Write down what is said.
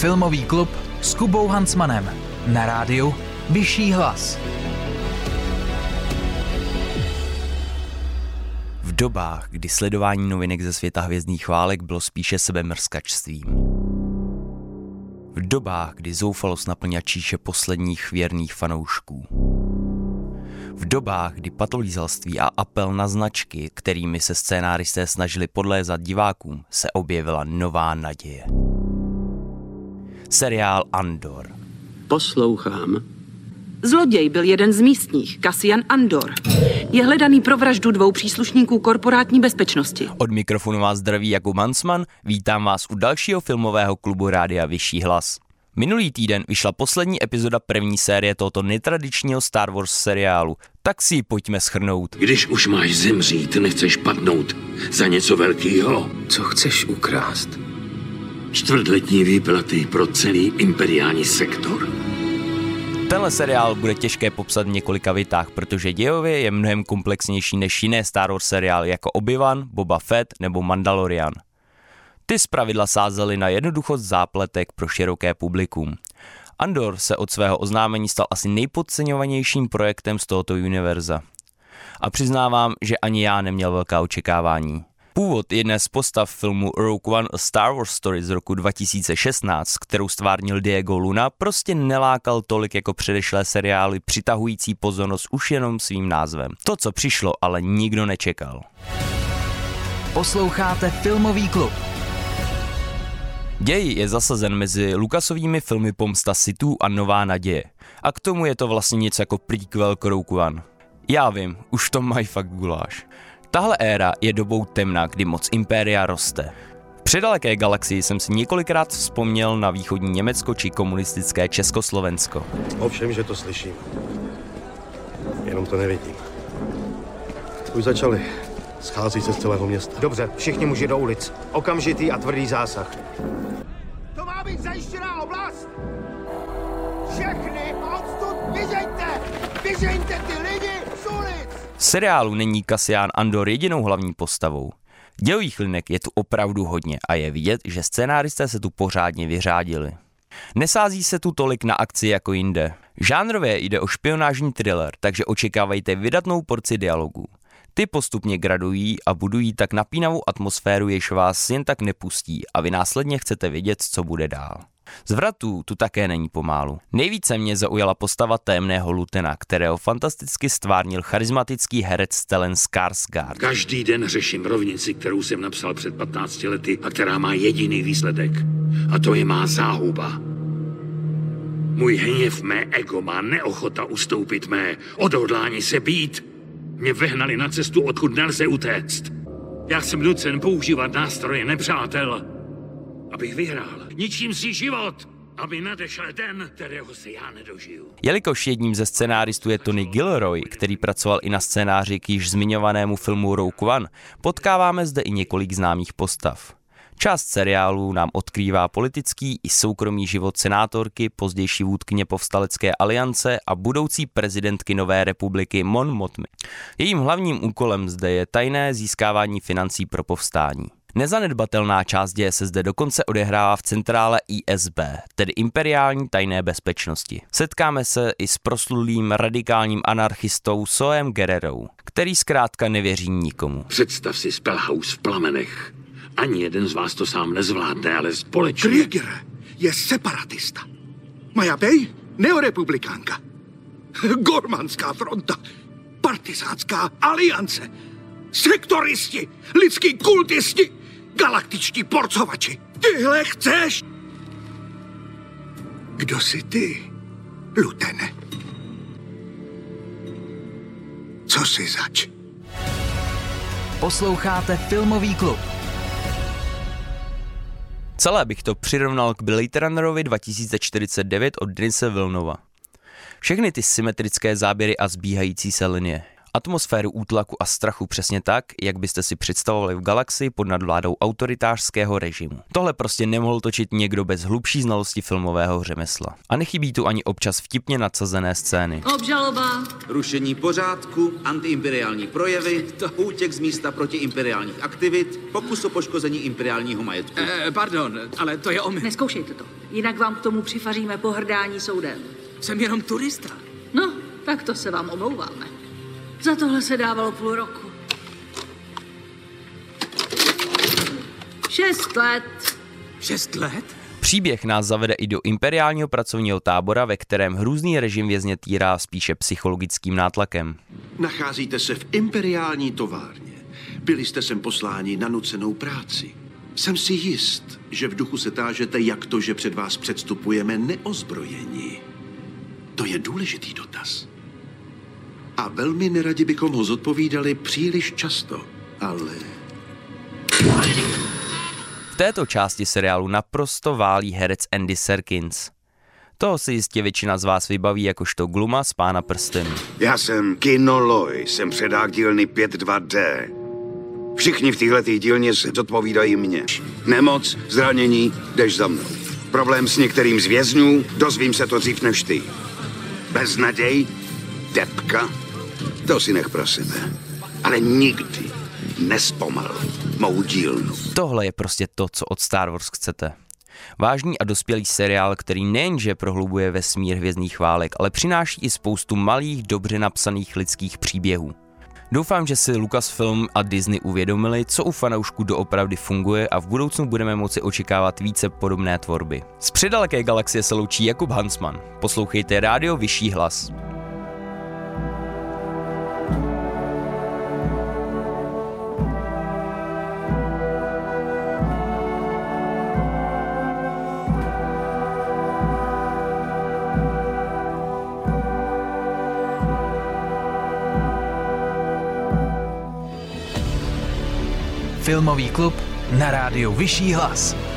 Filmový klub s Kubou Hansmanem na rádiu Vyšší hlas. V dobách, kdy sledování novinek ze světa hvězdných válek bylo spíše sebemrskačstvím. V dobách, kdy zoufalost naplňa číše posledních věrných fanoušků. V dobách, kdy patolízalství a apel na značky, kterými se scénáristé snažili podlézat divákům, se objevila nová naděje. Seriál Andor. Poslouchám. Zloděj byl jeden z místních, Cassian Andor. Je hledaný pro vraždu 2 příslušníků korporátní bezpečnosti. Od mikrofonu vás zdraví Jakub Hansman, vítám vás u dalšího filmového klubu rádia Vyšší hlas. Minulý týden vyšla poslední epizoda první série tohoto netradičního Star Wars seriálu, tak si ji pojďme shrnout. Když už máš zemřít, nechceš padnout za něco velkého. Co chceš ukrást? Čtvrtletní výplaty pro celý imperiální sektor. Tenhle seriál bude těžké popsat v několika větách, protože dějově je mnohem komplexnější než jiné Star Wars seriály jako Obi-Wan, Boba Fett nebo Mandalorian. Ty zpravidla sázely na jednoduchost zápletek pro široké publikum. Andor se od svého oznámení stal asi nejpodceňovanějším projektem z tohoto univerza. A přiznávám, že ani já neměl velká očekávání. Původ jedné z postav filmu Rogue One A Star Wars Story z roku 2016, kterou stvárnil Diego Luna, prostě nelákal tolik jako předešlé seriály přitahující pozornost už jenom svým názvem. To, co přišlo, ale nikdo nečekal. Posloucháte Filmový klub. Děj je zasazen mezi Lucasovými filmy Pomsta Sithů a Nová naděje. A k tomu je to vlastně něco jako prequel k Rogue One. Já vím, už v tom mají fakt guláš. Tahle éra je dobou temna, kdy moc impéria roste. V předaleké galaxii jsem si několikrát vzpomněl na východní Německo či komunistické Československo. Ovšem, že to slyším. Jenom to nevidím. Už začali. Schází se z celého města. Dobře, všichni muži do ulic. Okamžitý a tvrdý zásah. To má být zajištěná oblast! Všechny odstud vyžeňte! Vyžeňte ty lidi z ulic! V seriálu není Cassian Andor jedinou hlavní postavou. Dějových linek je tu opravdu hodně a je vidět, že scénáristé se tu pořádně vyřádili. Nesází se tu tolik na akci jako jinde. Žánrově jde o špionážní thriller, takže očekávejte vydatnou porci dialogů. Ty postupně gradují a budují tak napínavou atmosféru, jež vás jen tak nepustí a vy následně chcete vědět, co bude dál. Zvratů tu také není pomálu. Nejvíce mě zaujala postava Temného Lutena, kterého fantasticky stvárnil charismatický herec Stellan Skarsgård. Každý den řeším rovnici, kterou jsem napsal před 15 lety a která má jediný výsledek. A to je má záhuba. Můj hněv, mé ego, má neochota ustoupit, mé odhodlání se být. Mě vehnali na cestu, odkud nelze utéct. Já jsem nucen používat nástroje nepřátel, abych vyhrál. Ničím si život, aby nadešel den, kterého se já nedožiju. Jelikož jedním ze scenáristů je Tony Gilroy, který pracoval i na scénáři k již zmiňovanému filmu Rogue One, potkáváme zde i několik známých postav. Část seriálu nám odkrývá politický i soukromý život senátorky, pozdější vůdkyně povstalecké aliance a budoucí prezidentky Nové republiky Mon Mothmy. Jejím hlavním úkolem zde je tajné získávání financí pro povstání. Nezanedbatelná část děje se zde dokonce odehrává v centrále ISB, tedy imperiální tajné bezpečnosti. Setkáme se i s proslulým radikálním anarchistou Zoem Gerrerou, který zkrátka nevěří nikomu. Představ si Spellhouse v plamenech. Ani jeden z vás to sám nezvládne, ale společně... Krieger je separatista. Maja Bey, neorepublikánka. Gormanská fronta. Partizánská aliance. Sektoristi, lidský kultisti, galaktičtí porcovači. Tyhle chceš? Kdo jsi ty, Lutene? Co jsi zač? Posloucháte Filmový klub. Celé bych to přirovnal k Blade Runnerovi 2049 od Denise Villeneuva. Všechny ty symetrické záběry a zbíhající se linie. Atmosféru útlaku a strachu přesně tak, jak byste si představovali v galaxii pod nadvládou autoritářského režimu. Tohle prostě nemohl točit někdo bez hlubší znalosti filmového řemesla. A nechybí tu ani občas vtipně nadsazené scény. Obžaloba, rušení pořádku, antiimperiální projevy, útěk z místa protiimperiálních aktivit, pokus o poškození imperiálního majetku. Pardon, ale to je omyl. Neskoušejte to, jinak vám k tomu přifaříme pohrdání soudem. Jsem jenom turista. No, tak to se vám omlouváme. Za tohle se dávalo půl roku. 6 let. 6 let? Příběh nás zavede i do imperiálního pracovního tábora, ve kterém hrůzný režim vězně týrá spíše psychologickým nátlakem. Nacházíte se v imperiální továrně. Byli jste sem posláni na nucenou práci. Jsem si jist, že v duchu se tážete, jak to, že před vás předstupujeme neozbrojení. To je důležitý dotaz. A velmi neradi bychom ho zodpovídali příliš často, ale... V této části seriálu naprosto válí herec Andy Serkins. Toho si jistě většina z vás vybaví jakožto Gluma z Pána prstenů. Já jsem Kino Loy, jsem předák dílny 5.2D. Všichni v této dílně se zodpovídají mně. Nemoc, zranění, jdeš za mnou. Problém s některým z vězňů, dozvím se to dřív než ty. Beznaděj, depka, to si nech pro sebe. Ale nikdy nespomal mou dílnu. Tohle je prostě to, co od Star Wars chcete. Vážný a dospělý seriál, který nejenže prohlubuje vesmír hvězdných válek, ale přináší i spoustu malých, dobře napsaných lidských příběhů. Doufám, že si Lucasfilm a Disney uvědomili, co u fanoušků doopravdy funguje a v budoucnu budeme moci očekávat více podobné tvorby. Z předaleké galaxie se loučí Jakub Hansman. Poslouchejte rádio Vyšší hlas. Filmový klub na rádiu Vyšší hlas.